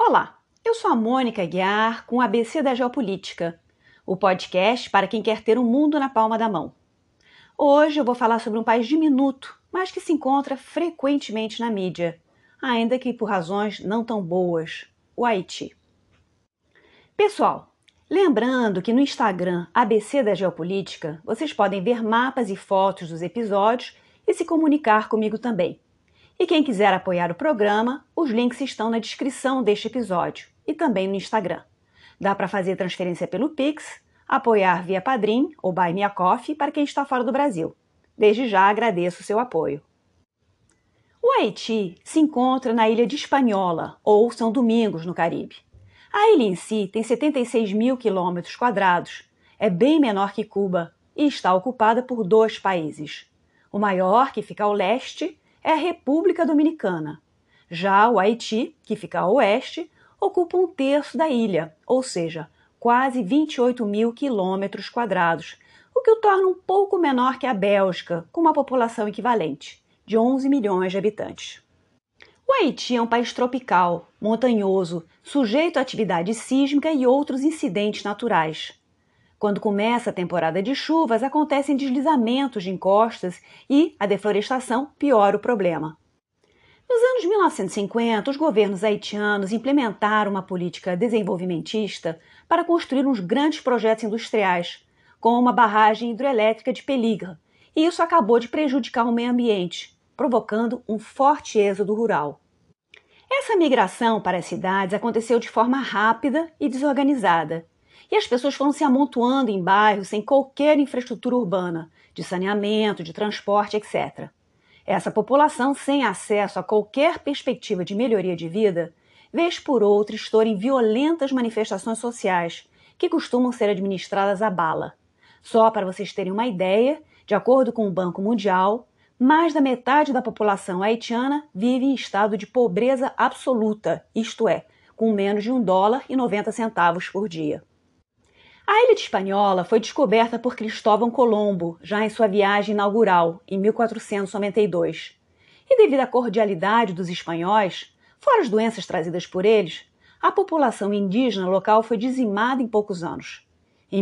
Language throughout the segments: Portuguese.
Olá, eu sou a Mônica Aguiar com o ABC da Geopolítica, o podcast para quem quer ter o mundo na palma da mão. Hoje eu vou falar sobre um país diminuto, mas que se encontra frequentemente na mídia, ainda que por razões não tão boas, o Haiti. Pessoal, lembrando que no Instagram ABC da Geopolítica, vocês podem ver mapas e fotos dos episódios e se comunicar comigo também. E quem quiser apoiar o programa, os links estão na descrição deste episódio e também no Instagram. Dá para fazer transferência pelo Pix, apoiar via Padrim ou Buy Me a Coffee para quem está fora do Brasil. Desde já agradeço o seu apoio. O Haiti se encontra na ilha de Hispaniola, ou São Domingos, no Caribe. A ilha em si tem 76 mil quilômetros quadrados, é bem menor que Cuba e está ocupada por 2 países. O maior, que fica ao leste, é a República Dominicana. Já o Haiti, que fica a oeste, ocupa 1/3 da ilha, ou seja, quase 28 mil quilômetros quadrados, o que o torna um pouco menor que a Bélgica, com uma população equivalente, de 11 milhões de habitantes. O Haiti é um país tropical, montanhoso, sujeito à atividade sísmica e outros incidentes naturais. Quando começa a temporada de chuvas, acontecem deslizamentos de encostas e a deflorestação piora o problema. Nos anos 1950, os governos haitianos implementaram uma política desenvolvimentista para construir uns grandes projetos industriais, como uma barragem hidrelétrica de Peligre, e isso acabou de prejudicar o meio ambiente, provocando um forte êxodo rural. Essa migração para as cidades aconteceu de forma rápida e desorganizada, e as pessoas foram se amontoando em bairros sem qualquer infraestrutura urbana, de saneamento, de transporte, etc. Essa população, sem acesso a qualquer perspectiva de melhoria de vida, vez por outra estoura em violentas manifestações sociais, que costumam ser administradas à bala. Só para vocês terem uma ideia, de acordo com o Banco Mundial, mais da metade da população haitiana vive em estado de pobreza absoluta, isto é, com menos de $1,90 por dia. A ilha de Hispaniola foi descoberta por Cristóvão Colombo, já em sua viagem inaugural, em 1492. E devido à cordialidade dos espanhóis, fora as doenças trazidas por eles, a população indígena local foi dizimada em poucos anos. Em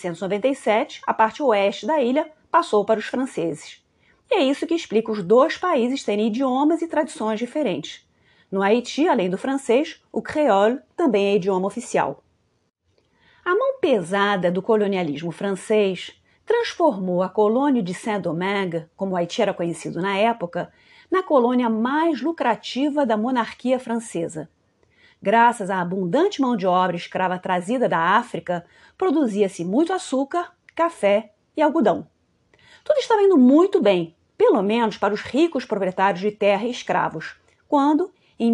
1697, a parte oeste da ilha passou para os franceses. E é isso que explica os 2 países terem idiomas e tradições diferentes. No Haiti, além do francês, o creole também é idioma oficial. A mão pesada do colonialismo francês transformou a colônia de Saint-Domingue, como o Haiti era conhecido na época, na colônia mais lucrativa da monarquia francesa. Graças à abundante mão de obra escrava trazida da África, produzia-se muito açúcar, café e algodão. Tudo estava indo muito bem, pelo menos para os ricos proprietários de terra e escravos, quando, em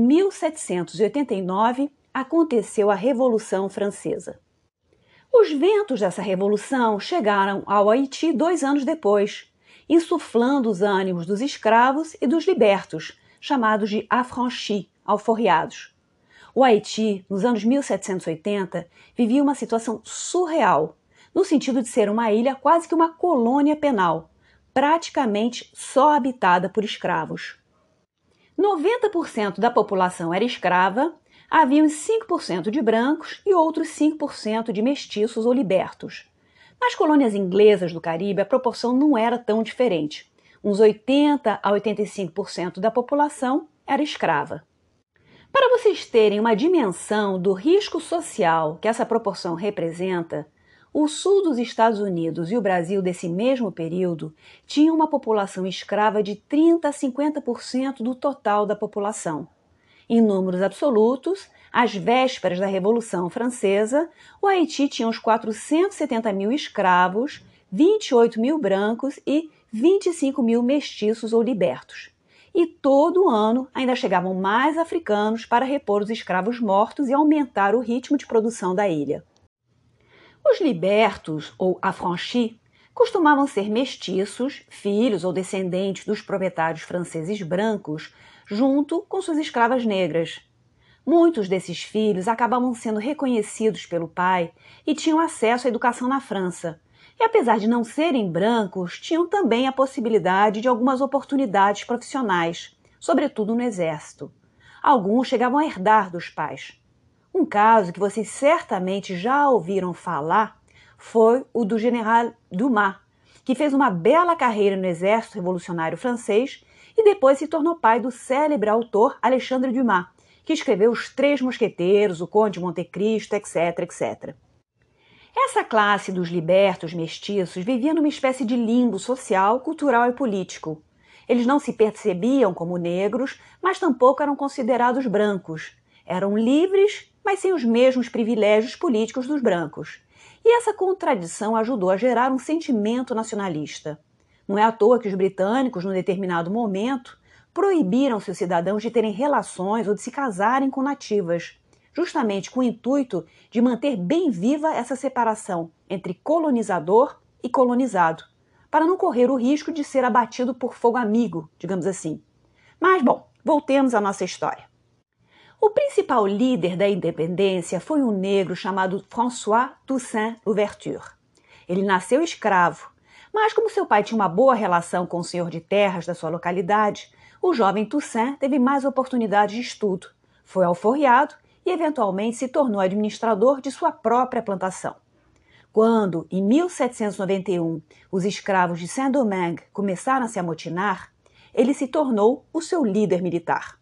1789, aconteceu a Revolução Francesa. Os ventos dessa revolução chegaram ao Haiti 2 anos depois, insuflando os ânimos dos escravos e dos libertos, chamados de affranchis, alforriados. O Haiti, nos anos 1780, vivia uma situação surreal, no sentido de ser uma ilha quase que uma colônia penal, praticamente só habitada por escravos. 90% da população era escrava, haviam 5% de brancos e outros 5% de mestiços ou libertos. Nas colônias inglesas do Caribe, a proporção não era tão diferente. Uns 80% a 85% da população era escrava. Para vocês terem uma dimensão do risco social que essa proporção representa, o sul dos Estados Unidos e o Brasil desse mesmo período tinham uma população escrava de 30% a 50% do total da população. Em números absolutos, às vésperas da Revolução Francesa, o Haiti tinha uns 470 mil escravos, 28 mil brancos e 25 mil mestiços ou libertos. E todo ano ainda chegavam mais africanos para repor os escravos mortos e aumentar o ritmo de produção da ilha. Os libertos, ou affranchis, costumavam ser mestiços, filhos ou descendentes dos proprietários franceses brancos, junto com suas escravas negras. Muitos desses filhos acabavam sendo reconhecidos pelo pai e tinham acesso à educação na França. E apesar de não serem brancos, tinham também a possibilidade de algumas oportunidades profissionais, sobretudo no exército. Alguns chegavam a herdar dos pais. Um caso que vocês certamente já ouviram falar foi o do General Dumas, que fez uma bela carreira no exército revolucionário francês e depois se tornou pai do célebre autor Alexandre Dumas, que escreveu Os Três Mosqueteiros, O Conde de Monte Cristo, etc, etc. Essa classe dos libertos mestiços vivia numa espécie de limbo social, cultural e político. Eles não se percebiam como negros, mas tampouco eram considerados brancos. Eram livres, mas sem os mesmos privilégios políticos dos brancos. E essa contradição ajudou a gerar um sentimento nacionalista. Não é à toa que os britânicos, num determinado momento, proibiram seus cidadãos de terem relações ou de se casarem com nativas, justamente com o intuito de manter bem viva essa separação entre colonizador e colonizado, para não correr o risco de ser abatido por fogo amigo, digamos assim. Mas, bom, voltemos à nossa história. O principal líder da independência foi um negro chamado François Toussaint Louverture. Ele nasceu escravo, mas como seu pai tinha uma boa relação com o senhor de terras da sua localidade, o jovem Toussaint teve mais oportunidades de estudo, foi alforriado e eventualmente se tornou administrador de sua própria plantação. Quando, em 1791, os escravos de Saint-Domingue começaram a se amotinar, ele se tornou o seu líder militar.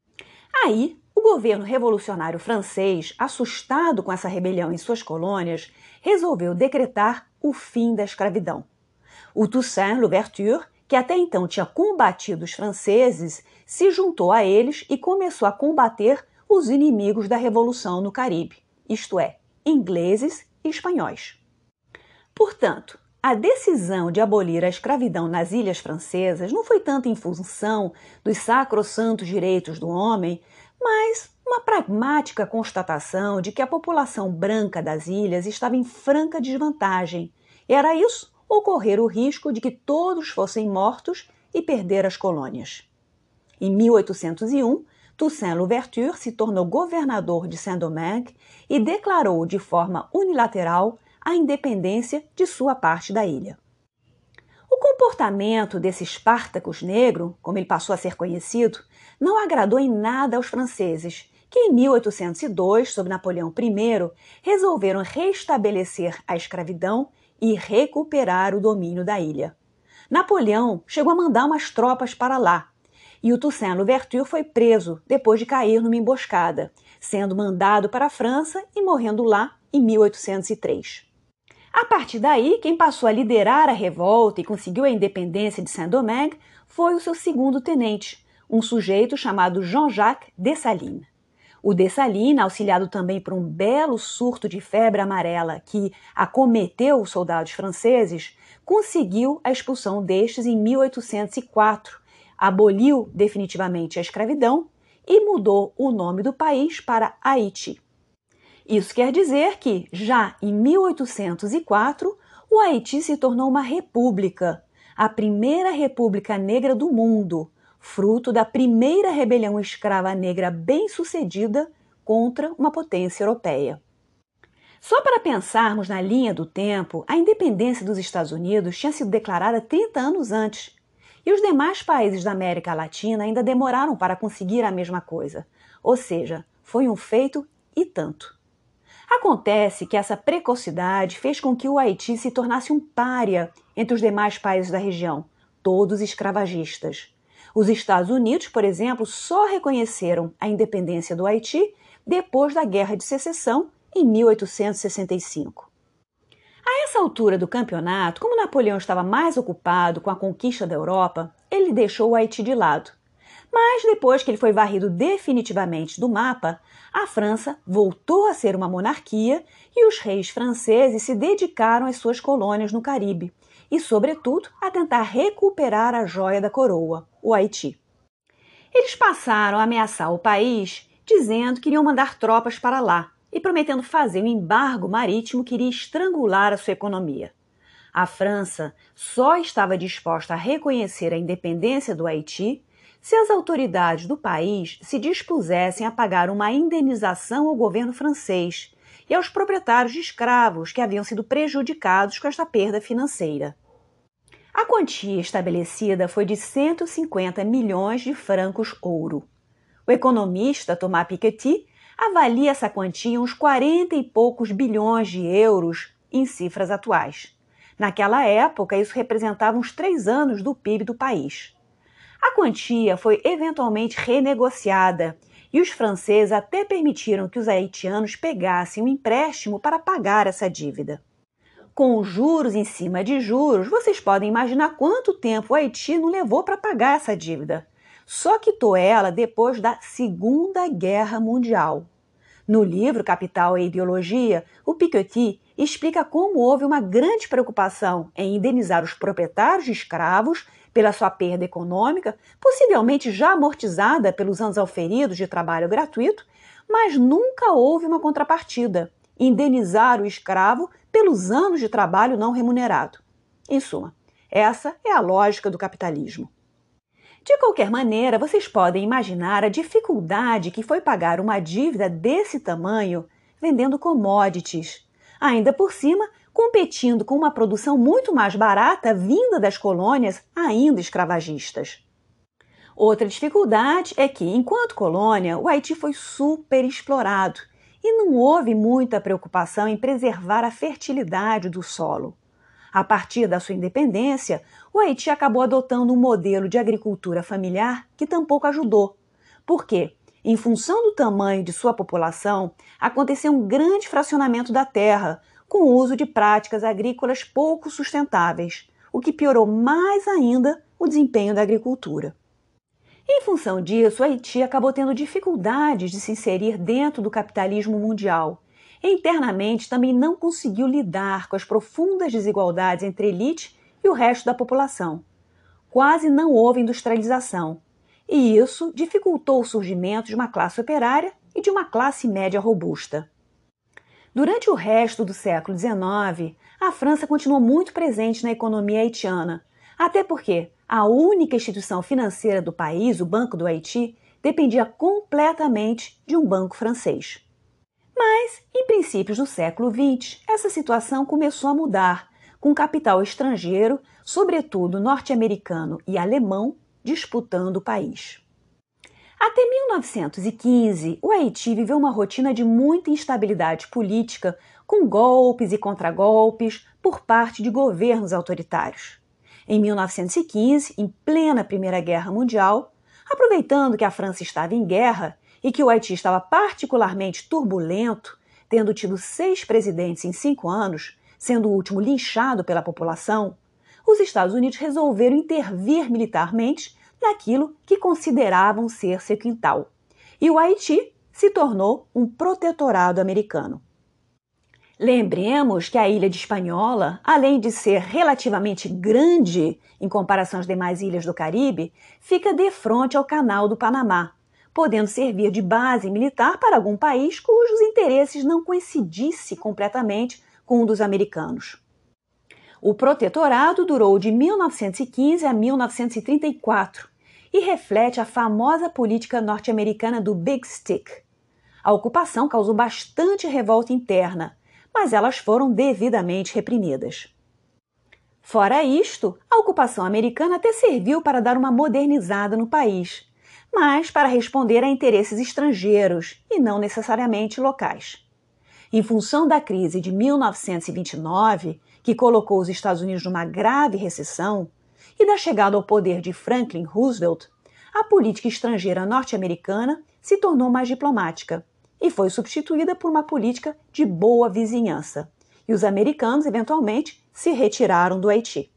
Aí, o governo revolucionário francês, assustado com essa rebelião em suas colônias, resolveu decretar o fim da escravidão. O Toussaint Louverture, que até então tinha combatido os franceses, se juntou a eles e começou a combater os inimigos da Revolução no Caribe, isto é, ingleses e espanhóis. Portanto, a decisão de abolir a escravidão nas ilhas francesas não foi tanto em função dos sacrossantos direitos do homem, mas uma pragmática constatação de que a população branca das ilhas estava em franca desvantagem. Era isso ou correr o risco de que todos fossem mortos e perder as colônias. Em 1801, Toussaint Louverture se tornou governador de Saint-Domingue e declarou de forma unilateral a independência de sua parte da ilha. O comportamento desse Espartacus negro, como ele passou a ser conhecido, não agradou em nada aos franceses, que em 1802, sob Napoleão I, resolveram restabelecer a escravidão e recuperar o domínio da ilha. Napoleão chegou a mandar umas tropas para lá, e o Toussaint Louverture foi preso depois de cair numa emboscada, sendo mandado para a França e morrendo lá em 1803. A partir daí, quem passou a liderar a revolta e conseguiu a independência de Saint-Domingue foi o seu segundo tenente, um sujeito chamado Jean-Jacques Dessalines. O Dessalines, auxiliado também por um belo surto de febre amarela que acometeu os soldados franceses, conseguiu a expulsão destes em 1804, aboliu definitivamente a escravidão e mudou o nome do país para Haiti. Isso quer dizer que, já em 1804, o Haiti se tornou uma república, a primeira república negra do mundo, fruto da primeira rebelião escrava negra bem-sucedida contra uma potência europeia. Só para pensarmos na linha do tempo, a independência dos Estados Unidos tinha sido declarada 30 anos antes, e os demais países da América Latina ainda demoraram para conseguir a mesma coisa, ou seja, foi um feito e tanto. Acontece que essa precocidade fez com que o Haiti se tornasse um pária entre os demais países da região, todos escravagistas. Os Estados Unidos, por exemplo, só reconheceram a independência do Haiti depois da Guerra de Secessão, em 1865. A essa altura do campeonato, como Napoleão estava mais ocupado com a conquista da Europa, ele deixou o Haiti de lado. Mas depois que ele foi varrido definitivamente do mapa, a França voltou a ser uma monarquia e os reis franceses se dedicaram às suas colônias no Caribe e, sobretudo, a tentar recuperar a joia da coroa, o Haiti. Eles passaram a ameaçar o país dizendo que iriam mandar tropas para lá e prometendo fazer um embargo marítimo que iria estrangular a sua economia. A França só estava disposta a reconhecer a independência do Haiti se as autoridades do país se dispusessem a pagar uma indenização ao governo francês e aos proprietários de escravos que haviam sido prejudicados com esta perda financeira. A quantia estabelecida foi de 150 milhões de francos ouro. O economista Thomas Piketty avalia essa quantia uns 40 e poucos bilhões de euros em cifras atuais. Naquela época, isso representava uns 3 anos do PIB do país. A quantia foi eventualmente renegociada e os franceses até permitiram que os haitianos pegassem um empréstimo para pagar essa dívida. Com os juros em cima de juros, vocês podem imaginar quanto tempo o Haiti não levou para pagar essa dívida. Só quitou ela depois da Segunda Guerra Mundial. No livro Capital e Ideologia, o Piketty explica como houve uma grande preocupação em indenizar os proprietários de escravos pela sua perda econômica, possivelmente já amortizada pelos anos auferidos de trabalho gratuito, mas nunca houve uma contrapartida: indenizar o escravo pelos anos de trabalho não remunerado. Em suma, essa é a lógica do capitalismo. De qualquer maneira, vocês podem imaginar a dificuldade que foi pagar uma dívida desse tamanho vendendo commodities. Ainda por cima, competindo com uma produção muito mais barata vinda das colônias ainda escravagistas. Outra dificuldade é que, enquanto colônia, o Haiti foi super explorado e não houve muita preocupação em preservar a fertilidade do solo. A partir da sua independência, o Haiti acabou adotando um modelo de agricultura familiar que tampouco ajudou. Por quê? Em função do tamanho de sua população, aconteceu um grande fracionamento da terra, com o uso de práticas agrícolas pouco sustentáveis, o que piorou mais ainda o desempenho da agricultura. Em função disso, o Haiti acabou tendo dificuldades de se inserir dentro do capitalismo mundial. Internamente, também não conseguiu lidar com as profundas desigualdades entre a elite e o resto da população. Quase não houve industrialização, e isso dificultou o surgimento de uma classe operária e de uma classe média robusta. Durante o resto do século XIX, a França continuou muito presente na economia haitiana, até porque a única instituição financeira do país, o Banco do Haiti, dependia completamente de um banco francês. Mas, em princípios do século XX, essa situação começou a mudar, com capital estrangeiro, sobretudo norte-americano e alemão, disputando o país. Até 1915, o Haiti viveu uma rotina de muita instabilidade política, com golpes e contragolpes por parte de governos autoritários. Em 1915, em plena Primeira Guerra Mundial, aproveitando que a França estava em guerra e que o Haiti estava particularmente turbulento, tendo tido 6 presidentes em 5 anos, sendo o último linchado pela população, os Estados Unidos resolveram intervir militarmente naquilo que consideravam ser seu quintal. E o Haiti se tornou um protetorado americano. Lembremos que a ilha de Hispaniola, além de ser relativamente grande em comparação às demais ilhas do Caribe, fica de frente ao Canal do Panamá, podendo servir de base militar para algum país cujos interesses não coincidissem completamente com o dos americanos. O protetorado durou de 1915 a 1934 e reflete a famosa política norte-americana do Big Stick. A ocupação causou bastante revolta interna, mas elas foram devidamente reprimidas. Fora isto, a ocupação americana até serviu para dar uma modernizada no país, mas para responder a interesses estrangeiros e não necessariamente locais. Em função da crise de 1929, que colocou os Estados Unidos numa grave recessão, e da chegada ao poder de Franklin Roosevelt, a política estrangeira norte-americana se tornou mais diplomática e foi substituída por uma política de boa vizinhança, e os americanos, eventualmente, se retiraram do Haiti.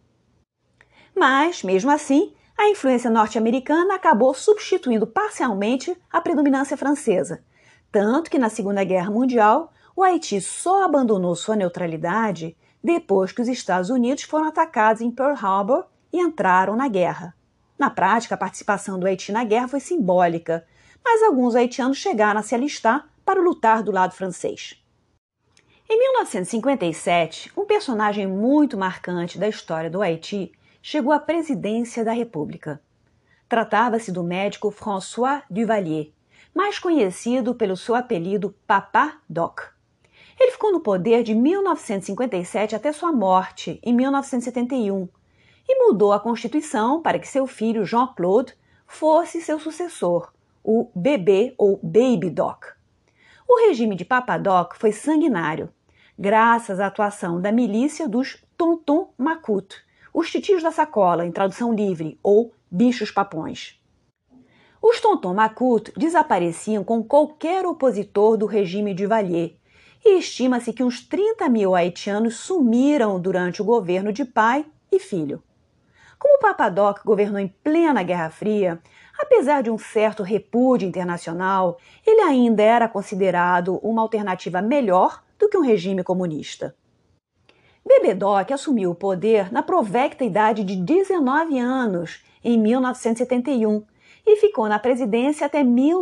Mas, mesmo assim, a influência norte-americana acabou substituindo parcialmente a predominância francesa, tanto que na Segunda Guerra Mundial o Haiti só abandonou sua neutralidade depois que os Estados Unidos foram atacados em Pearl Harbor e entraram na guerra. Na prática, a participação do Haiti na guerra foi simbólica, mas alguns haitianos chegaram a se alistar para lutar do lado francês. Em 1957, um personagem muito marcante da história do Haiti chegou à presidência da República. Tratava-se do médico François Duvalier, mais conhecido pelo seu apelido Papa Doc. Ele ficou no poder de 1957 até sua morte, em 1971, e mudou a Constituição para que seu filho Jean-Claude fosse seu sucessor, o bebê ou Baby Doc. O regime de Papa Doc foi sanguinário, graças à atuação da milícia dos Tonton Macoute, os titios da sacola, em tradução livre, ou bichos-papões. Os Tonton Macoute desapareciam com qualquer opositor do regime de Duvalier, e estima-se que uns 30 mil haitianos sumiram durante o governo de pai e filho. Como o Papa Doc governou em plena Guerra Fria, apesar de um certo repúdio internacional, ele ainda era considerado uma alternativa melhor do que um regime comunista. Bebê Doc assumiu o poder na provecta idade de 19 anos, em 1971, e ficou na presidência até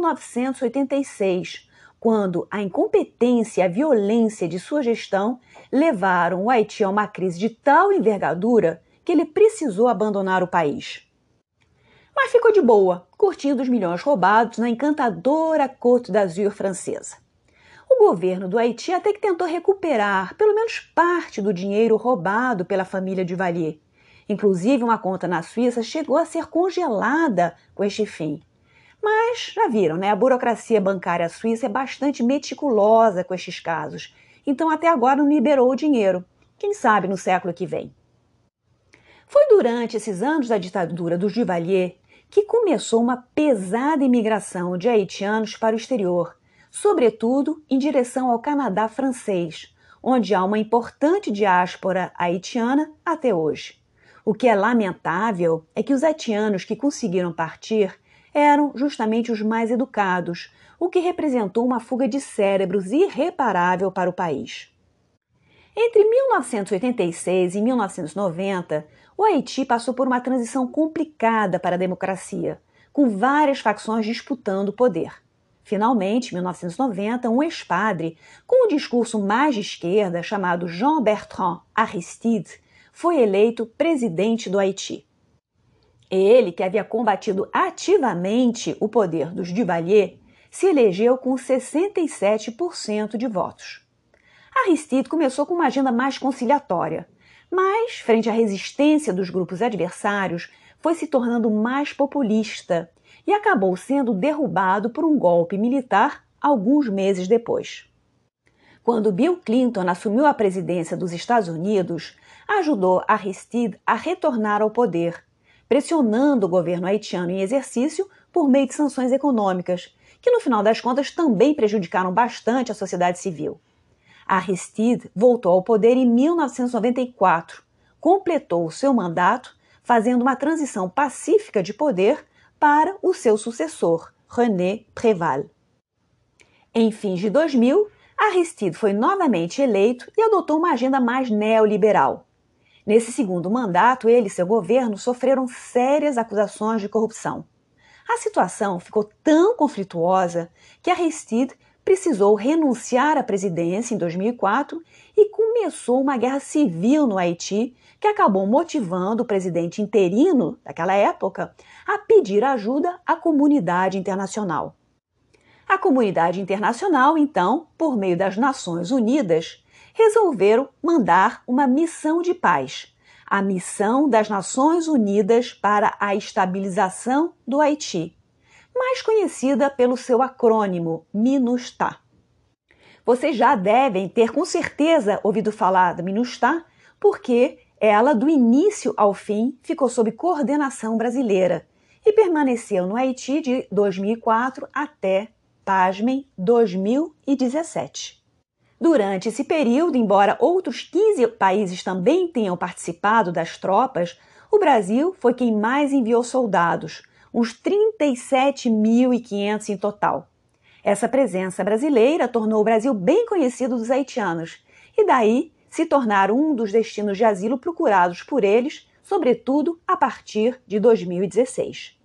1986, quando a incompetência e a violência de sua gestão levaram o Haiti a uma crise de tal envergadura que ele precisou abandonar o país. Mas ficou de boa, curtindo os milhões roubados na encantadora Côte d'Azur francesa. O governo do Haiti até que tentou recuperar pelo menos parte do dinheiro roubado pela família Duvalier. Inclusive, uma conta na Suíça chegou a ser congelada com este fim. Mas, já viram, né? A burocracia bancária suíça é bastante meticulosa com estes casos. Então, até agora não liberou o dinheiro. Quem sabe no século que vem. Foi durante esses anos da ditadura dos Duvalier que começou uma pesada imigração de haitianos para o exterior, sobretudo em direção ao Canadá francês, onde há uma importante diáspora haitiana até hoje. O que é lamentável é que os haitianos que conseguiram partir eram justamente os mais educados, o que representou uma fuga de cérebros irreparável para o país. Entre 1986 e 1990, o Haiti passou por uma transição complicada para a democracia, com várias facções disputando o poder. Finalmente, em 1990, um ex-padre, com um discurso mais de esquerda, chamado Jean-Bertrand Aristide, foi eleito presidente do Haiti. Ele, que havia combatido ativamente o poder dos Duvalier, se elegeu com 67% de votos. Aristide começou com uma agenda mais conciliatória, mas, frente à resistência dos grupos adversários, foi se tornando mais populista e acabou sendo derrubado por um golpe militar alguns meses depois. Quando Bill Clinton assumiu a presidência dos Estados Unidos, ajudou Aristide a retornar ao poder, pressionando o governo haitiano em exercício por meio de sanções econômicas, que no final das contas também prejudicaram bastante a sociedade civil. Aristide voltou ao poder em 1994, completou seu mandato, fazendo uma transição pacífica de poder para o seu sucessor, René Préval. Em fins de 2000, Aristide foi novamente eleito e adotou uma agenda mais neoliberal. Nesse segundo mandato, ele e seu governo sofreram sérias acusações de corrupção. A situação ficou tão conflituosa que Aristide precisou renunciar à presidência em 2004 e começou uma guerra civil no Haiti, que acabou motivando o presidente interino daquela época a pedir ajuda à comunidade internacional. A comunidade internacional, então, por meio das Nações Unidas, resolveram mandar uma missão de paz, a Missão das Nações Unidas para a Estabilização do Haiti, mais conhecida pelo seu acrônimo MINUSTAH. Vocês já devem ter com certeza ouvido falar da MINUSTAH, porque ela, do início ao fim, ficou sob coordenação brasileira e permaneceu no Haiti de 2004 até, pasmem, 2017. Durante esse período, embora outros 15 países também tenham participado das tropas, o Brasil foi quem mais enviou soldados, uns 37.500 em total. Essa presença brasileira tornou o Brasil bem conhecido dos haitianos e daí se tornaram um dos destinos de asilo procurados por eles, sobretudo a partir de 2016.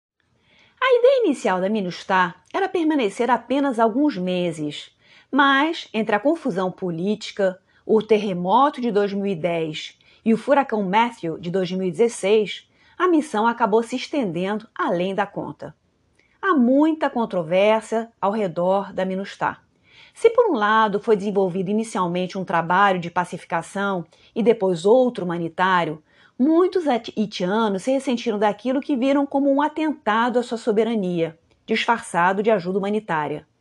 A ideia inicial da MINUSTAH era permanecer apenas alguns meses, mas entre a confusão política, o terremoto de 2010 e o furacão Matthew de 2016, a missão acabou se estendendo além da conta. Há muita controvérsia ao redor da MINUSTAH. Se por um lado foi desenvolvido inicialmente um trabalho de pacificação e depois outro humanitário, muitos haitianos se ressentiram daquilo que viram como um atentado à sua soberania, disfarçado de ajuda humanitária.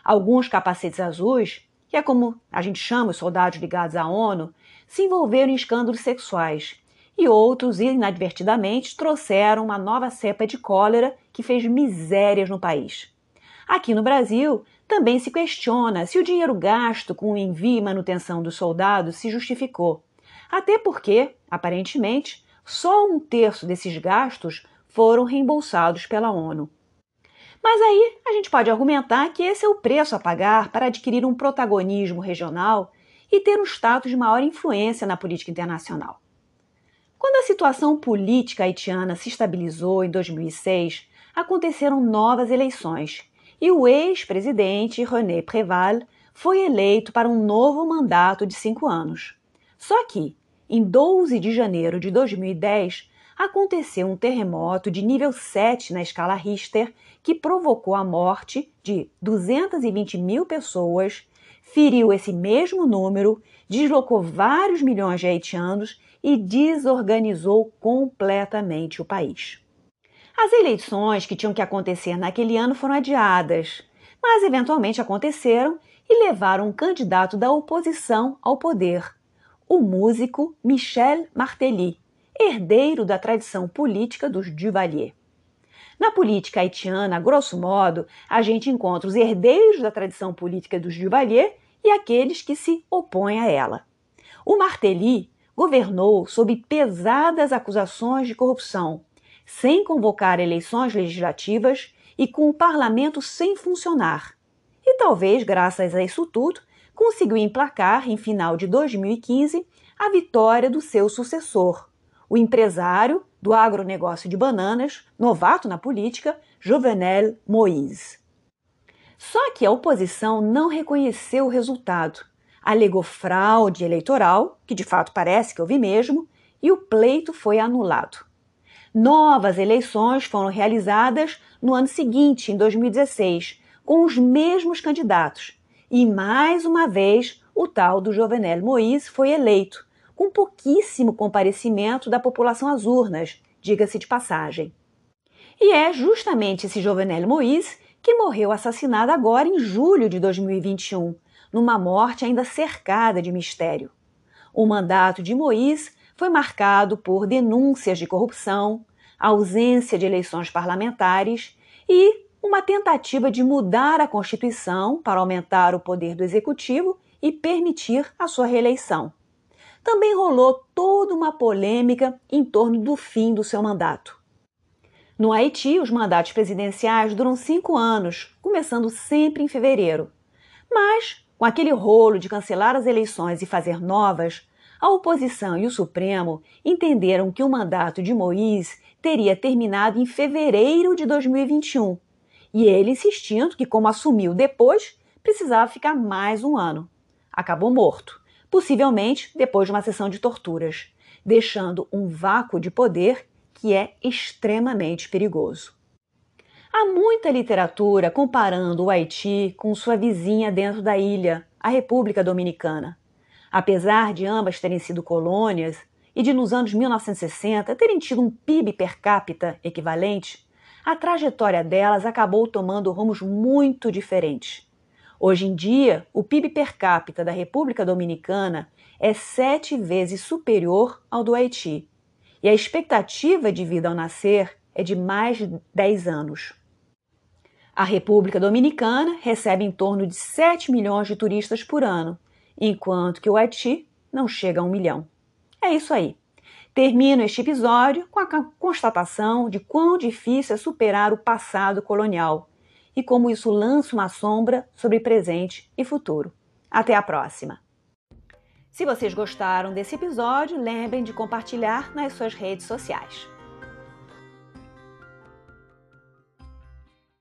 Alguns capacetes azuis, que é como a gente chama os soldados ligados à ONU, se envolveram em escândalos sexuais, e outros, inadvertidamente, trouxeram uma nova cepa de cólera que fez misérias no país. Aqui no Brasil, também se questiona se o dinheiro gasto com o envio e manutenção dos soldados se justificou. Até porque, aparentemente, só 1/3 desses gastos foram reembolsados pela ONU. Mas aí a gente pode argumentar que esse é o preço a pagar para adquirir um protagonismo regional e ter um status de maior influência na política internacional. Quando a situação política haitiana se estabilizou em 2006, aconteceram novas eleições e o ex-presidente René Préval foi eleito para um novo mandato de 5 anos. Só que, em 12 de janeiro de 2010, aconteceu um terremoto de nível 7 na escala Richter que provocou a morte de 220 mil pessoas, feriu esse mesmo número, deslocou vários milhões de haitianos e desorganizou completamente o país. As eleições que tinham que acontecer naquele ano foram adiadas, mas eventualmente aconteceram e levaram um candidato da oposição ao poder, o músico Michel Martelly, herdeiro da tradição política dos Duvalier. Na política haitiana, grosso modo, a gente encontra os herdeiros da tradição política dos Duvalier e aqueles que se opõem a ela. O Martelly governou sob pesadas acusações de corrupção, sem convocar eleições legislativas e com o parlamento sem funcionar. E talvez, graças a isso tudo, conseguiu emplacar, em final de 2015, a vitória do seu sucessor, o empresário do agronegócio de bananas, novato na política, Jovenel Moïse. Só que a oposição não reconheceu o resultado, alegou fraude eleitoral, que de fato parece que houve mesmo, e o pleito foi anulado. Novas eleições foram realizadas no ano seguinte, em 2016, com os mesmos candidatos, e mais uma vez o tal do Jovenel Moïse foi eleito, com pouquíssimo comparecimento da população às urnas, diga-se de passagem. E é justamente esse Jovenel Moïse que morreu assassinado agora em julho de 2021, numa morte ainda cercada de mistério. O mandato de Moïse foi marcado por denúncias de corrupção, ausência de eleições parlamentares e uma tentativa de mudar a Constituição para aumentar o poder do Executivo e permitir a sua reeleição. Também rolou toda uma polêmica em torno do fim do seu mandato. No Haiti, os mandatos presidenciais duram 5 anos, começando sempre em fevereiro. Mas, com aquele rolo de cancelar as eleições e fazer novas, a oposição e o Supremo entenderam que o mandato de Moïse teria terminado em fevereiro de 2021, e ele insistindo que, como assumiu depois, precisava ficar mais um ano. Acabou morto, possivelmente depois de uma sessão de torturas, deixando um vácuo de poder que é extremamente perigoso. Há muita literatura comparando o Haiti com sua vizinha dentro da ilha, a República Dominicana. Apesar de ambas terem sido colônias e de nos anos 1960 terem tido um PIB per capita equivalente, a trajetória delas acabou tomando rumos muito diferentes. Hoje em dia, o PIB per capita da República Dominicana é 7 vezes superior ao do Haiti, e a expectativa de vida ao nascer é de mais de 10 anos. A República Dominicana recebe em torno de 7 milhões de turistas por ano, enquanto que o Haiti não chega a 1 milhão. É isso aí. Termino este episódio com a constatação de quão difícil é superar o passado colonial e como isso lança uma sombra sobre presente e futuro. Até a próxima! Se vocês gostaram desse episódio, lembrem de compartilhar nas suas redes sociais.